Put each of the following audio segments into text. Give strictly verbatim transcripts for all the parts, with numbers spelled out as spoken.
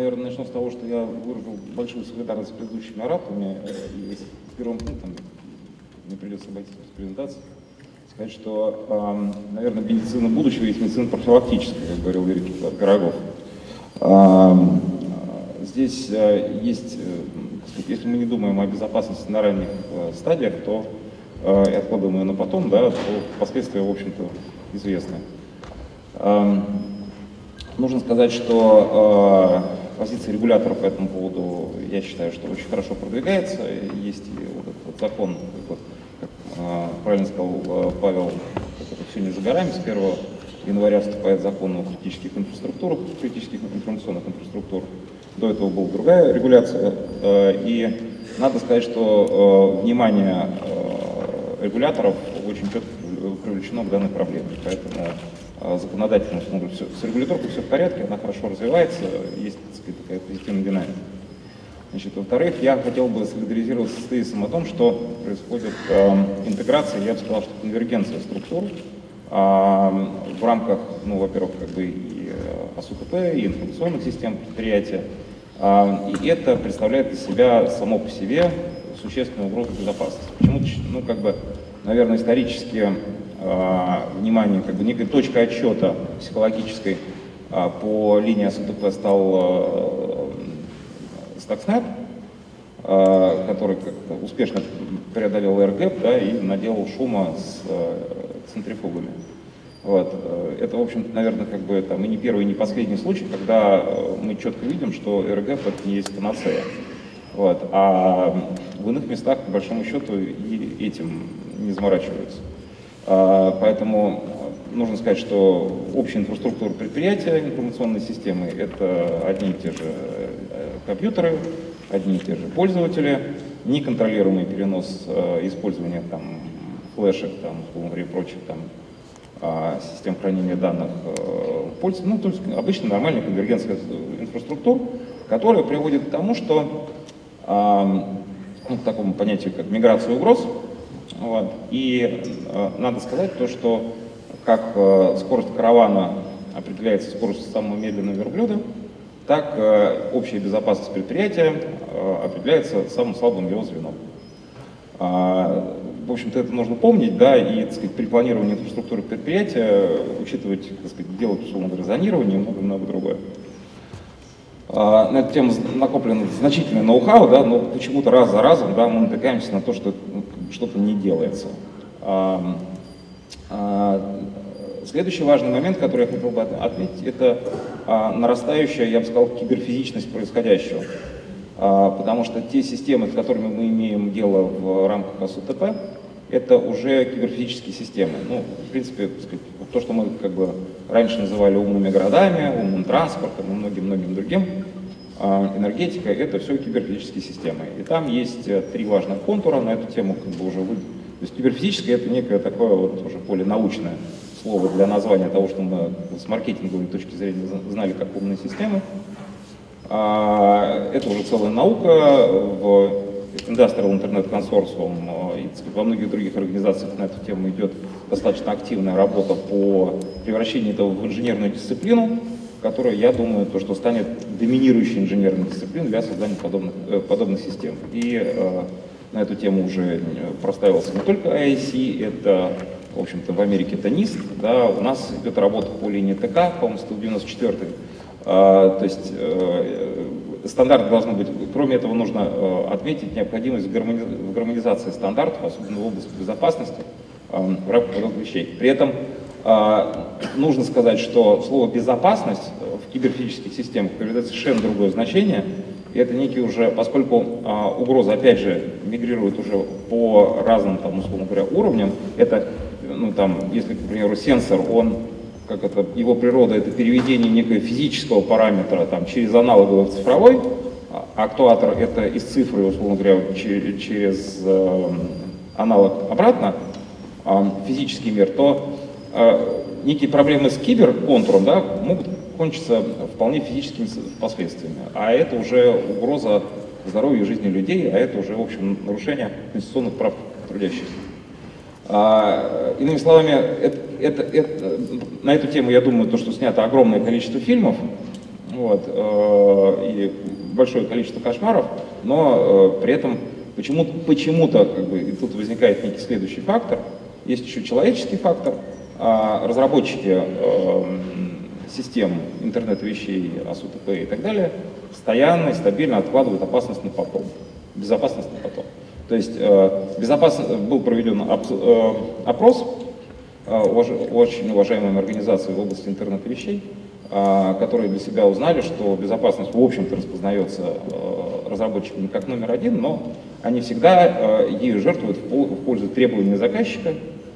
наверное, начну с того, что я выразил большую солидарность с предыдущими ораторами, и с первым пунктом мне придется обойтись с презентацией. Сказать, что, наверное, медицина будущего есть медицина профилактическая, как говорил Юрий Пирогов. Здесь есть, если мы не думаем о безопасности на ранних стадиях, то и откладываем ее на потом, да, то последствия, в общем-то, известны. Нужно сказать, что позиция регуляторов по этому поводу, я считаю, что очень хорошо продвигается. Есть и вот этот вот закон, как правильно сказал Павел, это все не за горами. С первого января вступает закон о критических инфраструктурах, критических информационных инфраструктурах. До этого была другая регуляция. И надо сказать, что внимание регуляторов очень четко привлечено к данной проблеме. Поэтому законодательно все, с регуляторкой все в порядке, она хорошо развивается, есть, так сказать, такая позитивная динамика. Значит, во-вторых, я хотел бы солидаризироваться с тезисом о том, что происходит э, интеграция, я бы сказал, что конвергенция структур э, в рамках, ну, во-первых, как бы и АСУТП, и информационных систем предприятия, э, и это представляет из себя само по себе существенную угрозу безопасности. Почему-то, ну, как бы, наверное, исторически э, внимание, как бы, некой точкой отсчета психологической э, по линии АСУТП стал э, Stuxnet, э, который как-то успешно преодолел AirGap, да, и наделал шума с э, центрифугами. Вот. Это, в общем-то, наверное, как бы там и не первый, и не последний случай, когда мы четко видим, что AirGap это не есть панацея. Вот. А в иных местах, по большому счету, и этим не заморачиваются. А, поэтому нужно сказать, что общая инфраструктура предприятия, информационные системы — это одни и те же компьютеры, одни и те же пользователи, неконтролируемый перенос э, использования там, флешек, там, и прочих там, э, систем хранения данных э, пользователей. Ну, то есть обычно нормальная конвергенция инфраструктур, которая приводит к тому, что э, ну, к такому понятию, как миграция угроз. Вот. И э, надо сказать то, что как э, скорость каравана определяется скоростью самого медленного верблюда, так э, общая безопасность предприятия э, определяется самым слабым его звеном. А, в общем-то, это нужно помнить, да, и, так сказать, при планировании инфраструктуры предприятия учитывать, так сказать, делать, условно говоря, зонирование и много-много другое. А, на эту тему накоплено значительное ноу-хау, да, но почему-то раз за разом, да, мы натыкаемся на то, что ну, что-то не делается. А, а, Следующий важный момент, который я хотел бы отметить, это а, нарастающая, я бы сказал, киберфизичность происходящего. А, потому что те системы, с которыми мы имеем дело в рамках АСУТП, это уже киберфизические системы. Ну, в принципе, так сказать, то, что мы как бы раньше называли умными городами, умным транспортом и многим-многим другим, а, энергетика — это все киберфизические системы. И там есть три важных контура, на эту тему как бы уже вы... То есть киберфизическое — это некое такое вот уже поле научное слово для названия того, что мы с маркетинговой точки зрения знали как умные системы. Это уже целая наука. В Industrial Internet Consortium и во многих других организациях на эту тему идет достаточно активная работа по превращению этого в инженерную дисциплину, которая, я думаю, то, что станет доминирующей инженерной дисциплиной для создания подобных, подобных систем. И на эту тему уже проставился не только ай ай си, это, в общем-то, в Америке это нист, да, у нас идет работа по линии ТК, по-моему, сто девяносто четвёртый. А, то есть э, стандарты должны быть, кроме этого нужно э, отметить необходимость в, гармони, в гармонизации стандартов, особенно в области безопасности, э, в рамках подобных вещей. При этом э, нужно сказать, что слово «безопасность» в киберфизических системах приобретает совершенно другое значение. И это некий уже, поскольку а, угроза, опять же, мигрирует уже по разным, там, условно говоря, уровням, это, ну, там, если, к примеру, сенсор, он, как это, его природа — это переведение некого физического параметра, там, через аналоговый в цифровой, а актуатор — это из цифры, условно говоря, через, через э, аналог обратно, э, физический мир, то э, некие проблемы с киберконтуром, да, могут кончится вполне физическими последствиями. А это уже угроза здоровью и жизни людей, а это уже, в общем, нарушение конституционных прав трудящихся. А, иными словами, это, это, это, на эту тему, я думаю, то, что снято огромное количество фильмов, вот, и большое количество кошмаров, но при этом почему-то, почему-то как бы, и тут возникает некий следующий фактор, есть еще человеческий фактор, разработчики систем интернета вещей, АСУТП и так далее, постоянно и стабильно откладывают опасность на потом, безопасность на потом. То есть безопасно, был проведен опрос очень уважаемыми организациями в области интернета вещей, которые для себя узнали, что безопасность, в общем-то, распознается разработчиками как номер один, но они всегда ею жертвуют в пользу требований заказчика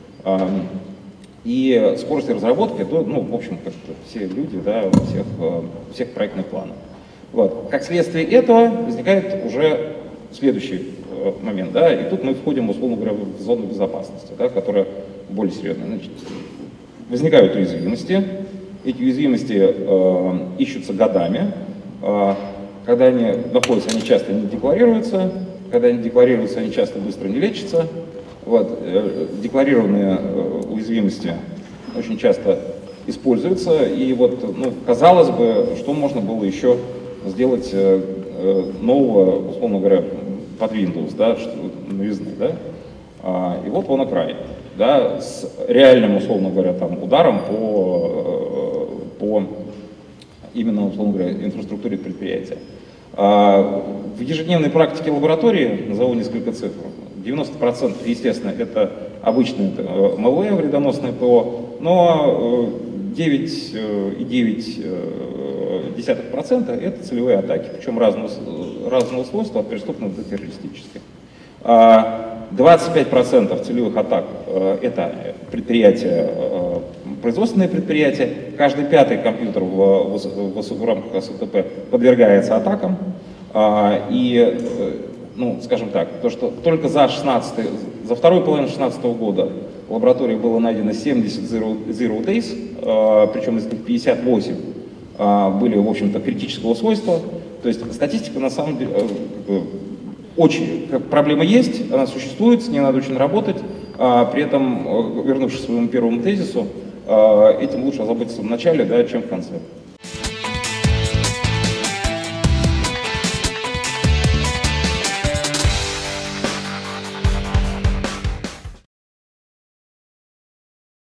и скорости разработки, то, ну, в общем, как все люди, да, у всех, всех проектных планов. Вот. Как следствие этого возникает уже следующий момент, да, и тут мы входим, условно говоря, в зону безопасности, да, которая более серьезная. Значит, возникают уязвимости, эти уязвимости э, ищутся годами, э, когда они находятся, они часто не декларируются, когда они декларируются, они часто быстро не лечатся. Вот, э, декларированные э, уязвимости очень часто используются, и вот, ну, казалось бы, что можно было еще сделать э, э, нового, условно говоря, под Windows, да, что, новизны, да, а, и вот он край, да, с реальным, условно говоря, там, ударом по, по именно, условно говоря, инфраструктуре предприятия. А, в ежедневной практике лаборатории, назову несколько цифр, девяносто процентов, естественно, это обычное malware, вредоносное ПО, но девять целых девять десятых процента это целевые атаки, причем разного, разного свойства, от преступных до террористических. двадцать пять процентов целевых атак это предприятия, производственные предприятия. Каждый пятый компьютер в, в, в рамках АСУТП подвергается атакам. И, ну, скажем так, то, что только за, шестнадцатый, за вторую половину две тысячи шестнадцатого года в лаборатории было найдено семьдесят zero, zero days, причем из них пятьдесят восемь были, в общем-то, критического свойства. То есть статистика, на самом деле, очень, проблема есть, она существует, с ней надо очень работать. При этом, вернувшись к своему первому тезису, этим лучше озаботиться в начале, да, чем в конце.